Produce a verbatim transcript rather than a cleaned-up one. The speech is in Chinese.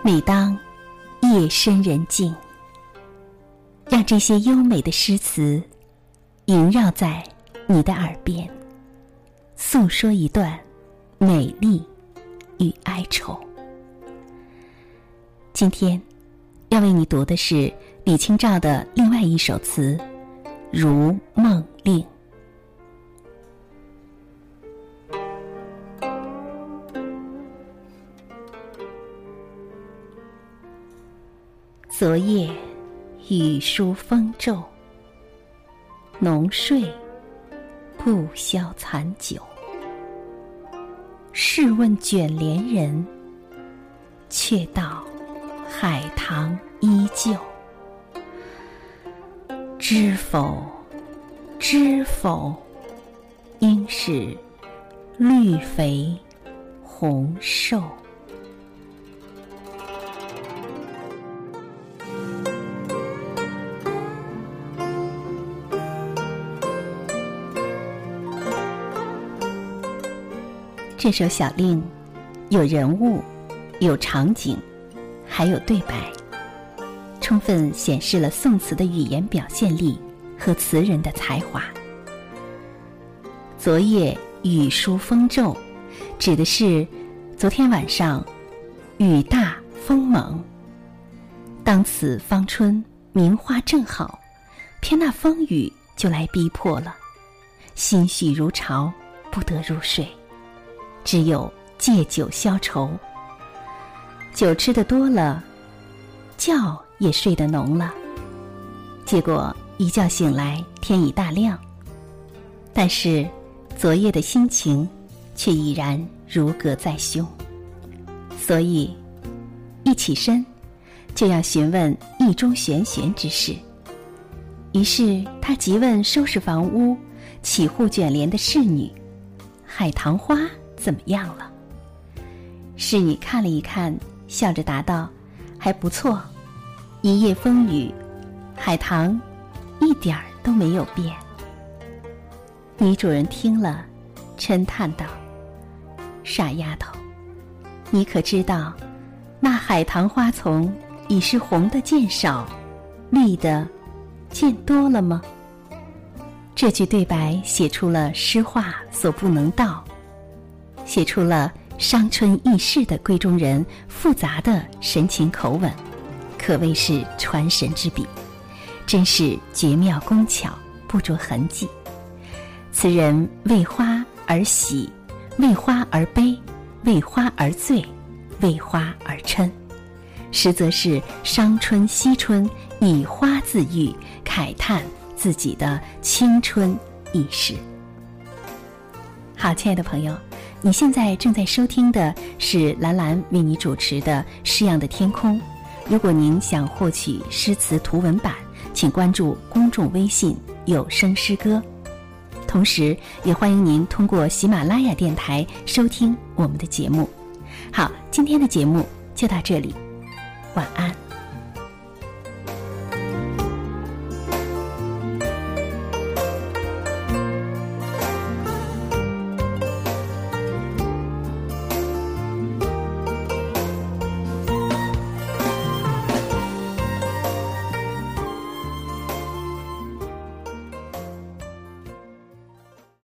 每当夜深人静，让这些优美的诗词萦绕在你的耳边，诉说一段美丽与哀愁。今天要为你读的是李清照的另外一首词《如梦令》。昨夜雨疏风骤，浓睡不消残酒。试问卷帘人，却道海棠依旧。知否知否，应是绿肥红瘦。这首小令有人物，有场景，还有对白，充分显示了宋词的语言表现力和词人的才华。昨夜雨疏风骤，指的是昨天晚上雨大风猛，当此芳春名花正好，偏那风雨就来逼迫了，心绪如潮，不得入睡，只有借酒消愁。酒吃得多了，觉也睡得浓了，结果一觉醒来天已大亮，但是昨夜的心情却依然如隔在胸，所以一起身就要询问意中玄玄之事。于是他急问收拾房屋起户卷帘的侍女，海棠花怎么样了？侍女看了一看，笑着答道，还不错，一夜风雨，海棠一点儿都没有变。女主人听了嗔叹道，傻丫头，你可知道那海棠花丛已是红的渐少，绿的渐多了吗？这句对白写出了诗话所不能道，写出了伤春易逝的闺中人复杂的神情口吻，可谓是传神之笔，真是绝妙工巧，不着痕迹。词人为花而喜，为花而悲，为花而醉，为花而嗔，实则是伤春惜春，以花自喻，慨叹自己的青春易逝。好，亲爱的朋友，你现在正在收听的是兰兰为你主持的《诗样的天空》。如果您想获取诗词图文版，请关注公众微信有声诗歌。同时也欢迎您通过喜马拉雅电台收听我们的节目。好，今天的节目就到这里，晚安。